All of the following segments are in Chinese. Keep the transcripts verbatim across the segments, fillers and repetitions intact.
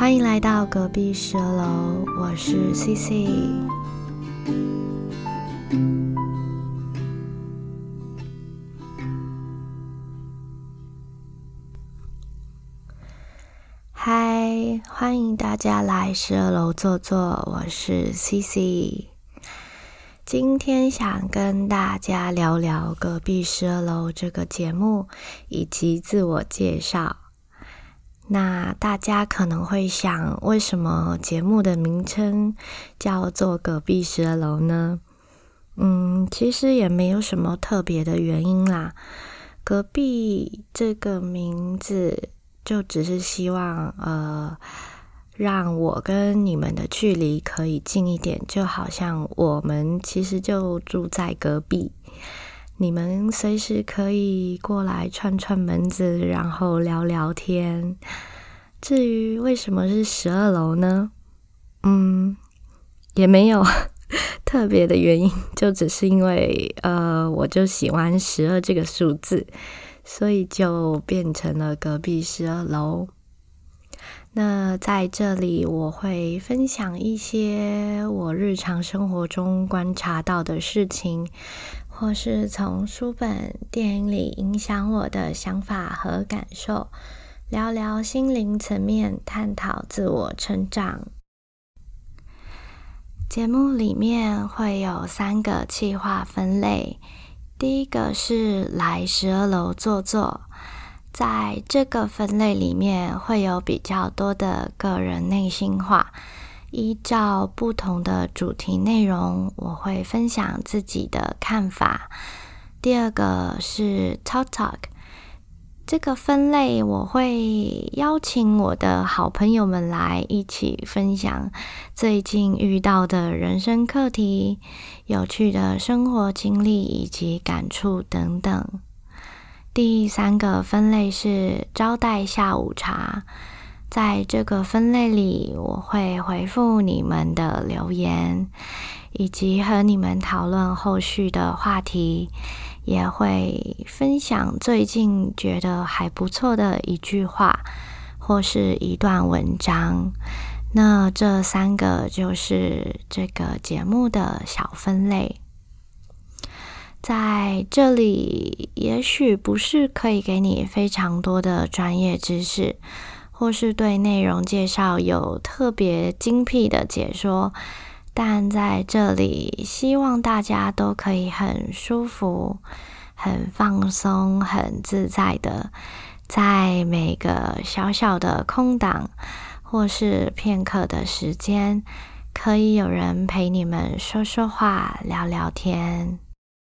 欢迎来到隔壁十二楼，我是 C C。 嗨，欢迎大家来十二楼坐坐，我是 C C。 今天想跟大家聊聊隔壁十二楼这个节目以及自我介绍。那大家可能会想，为什么节目的名称叫做隔壁十二楼呢？嗯，其实也没有什么特别的原因啦。隔壁这个名字就只是希望呃，让我跟你们的距离可以近一点，就好像我们其实就住在隔壁，你们随时可以过来串串门子，然后聊聊天。至于为什么是十二楼呢？嗯，也没有特别的原因，就只是因为呃，我就喜欢十二这个数字，所以就变成了隔壁十二楼。那在这里我会分享一些我日常生活中观察到的事情，或是从书本、电影里影响我的想法和感受，聊聊心灵层面，探讨自我成长。节目里面会有三个企划分类，第一个是来十二楼坐坐，在这个分类里面会有比较多的个人内心话，依照不同的主题内容，我会分享自己的看法。第二个是 Talk Talk， 这个分类我会邀请我的好朋友们来一起分享最近遇到的人生课题、有趣的生活经历以及感触等等。第三个分类是招待下午茶，在这个分类里，我会回复你们的留言，以及和你们讨论后续的话题，也会分享最近觉得还不错的一句话，或是一段文章。那这三个就是这个节目的小分类。在这里，也许不是可以给你非常多的专业知识，或是对内容介绍有特别精辟的解说，但在这里，希望大家都可以很舒服、很放松、很自在的，在每个小小的空档，或是片刻的时间，可以有人陪你们说说话、聊聊天。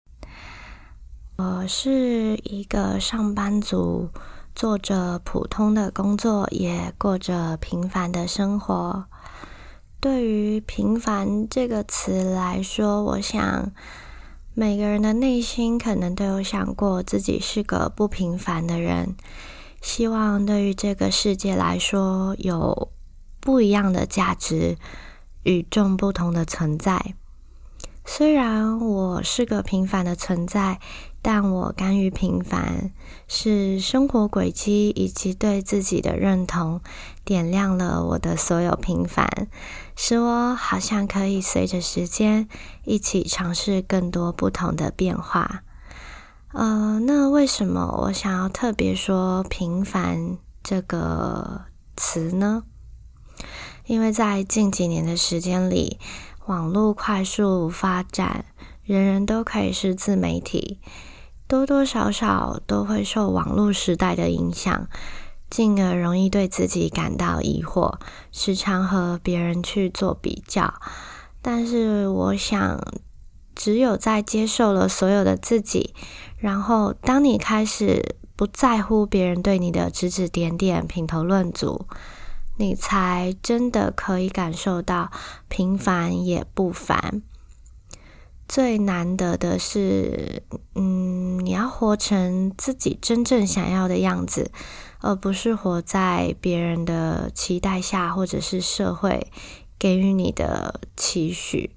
我是一个上班族，做着普通的工作，也过着平凡的生活。对于平凡这个词来说，我想每个人的内心可能都有想过自己是个不平凡的人，希望对于这个世界来说有不一样的价值，与众不同的存在。虽然我是个平凡的存在，但我甘于平凡，是生活轨迹以及对自己的认同点亮了我的所有平凡，使我好像可以随着时间一起尝试更多不同的变化。呃，那为什么我想要特别说平凡这个词呢？因为在近几年的时间里，网络快速发展，人人都可以是自媒体，多多少少都会受网络时代的影响，进而容易对自己感到疑惑，时常和别人去做比较。但是我想，只有在接受了所有的自己，然后当你开始不在乎别人对你的指指点点、评头论足，你才真的可以感受到平凡也不凡。最难得的是，嗯，你要活成自己真正想要的样子，而不是活在别人的期待下，或者是社会给予你的期许。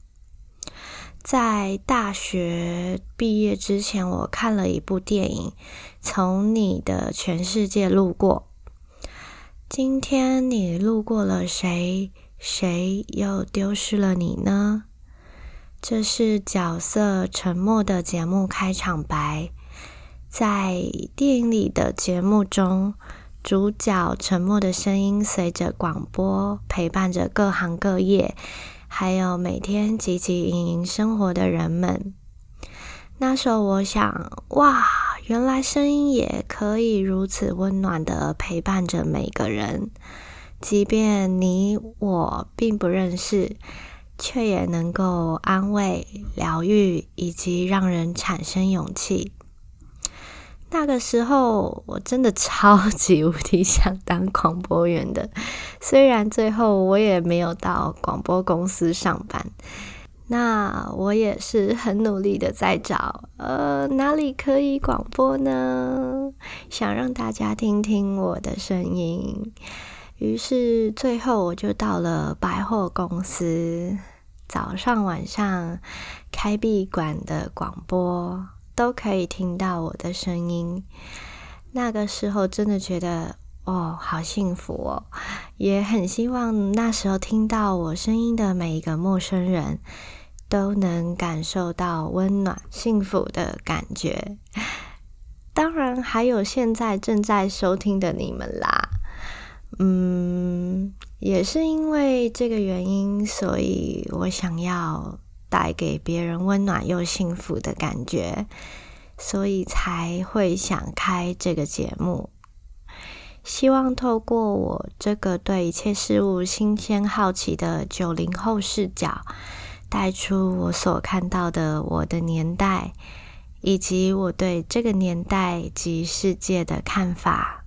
在大学毕业之前，我看了一部电影《从你的全世界路过》。 今天你路过了谁？谁又丢失了你呢？这是角色沉默的节目开场白。在电影里的节目中，主角沉默的声音随着广播陪伴着各行各业，还有每天汲汲营营生活的人们。那时候我想，哇，原来声音也可以如此温暖地陪伴着每个人，即便你我并不认识，却也能够安慰、疗愈以及让人产生勇气。那个时候我真的超级无敌想当广播员的，虽然最后我也没有到广播公司上班。那我也是很努力的在找，呃，哪里可以广播呢？想让大家听听我的声音。于是最后我就到了百货公司，早上晚上开闭馆的广播都可以听到我的声音。那个时候真的觉得哦，好幸福哦，也很希望那时候听到我声音的每一个陌生人都能感受到温暖幸福的感觉。当然还有现在正在收听的你们啦。嗯，也是因为这个原因，所以我想要带给别人温暖又幸福的感觉，所以才会想开这个节目。希望透过我这个对一切事物新鲜好奇的九零后视角，带出我所看到的我的年代，以及我对这个年代及世界的看法。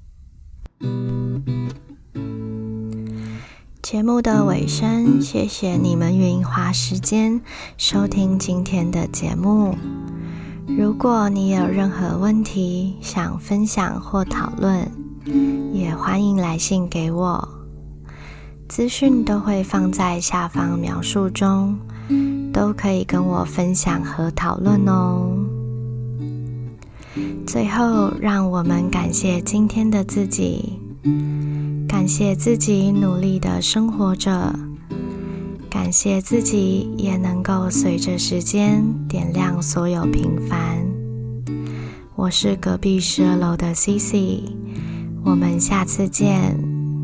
节目的尾声，谢谢你们愿意花时间收听今天的节目。如果你有任何问题想分享或讨论，也欢迎来信给我。资讯都会放在下方描述中，都可以跟我分享和讨论哦。最后，让我们感谢今天的自己，感谢自己努力的生活着，感谢自己也能够随着时间点亮所有平凡。我是隔壁十二楼的 C C， 我们下次见。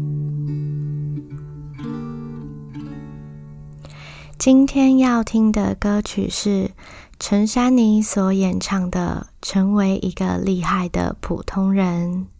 今天要听的歌曲是陈珊妮所演唱的《成为一个厉害的普通人》。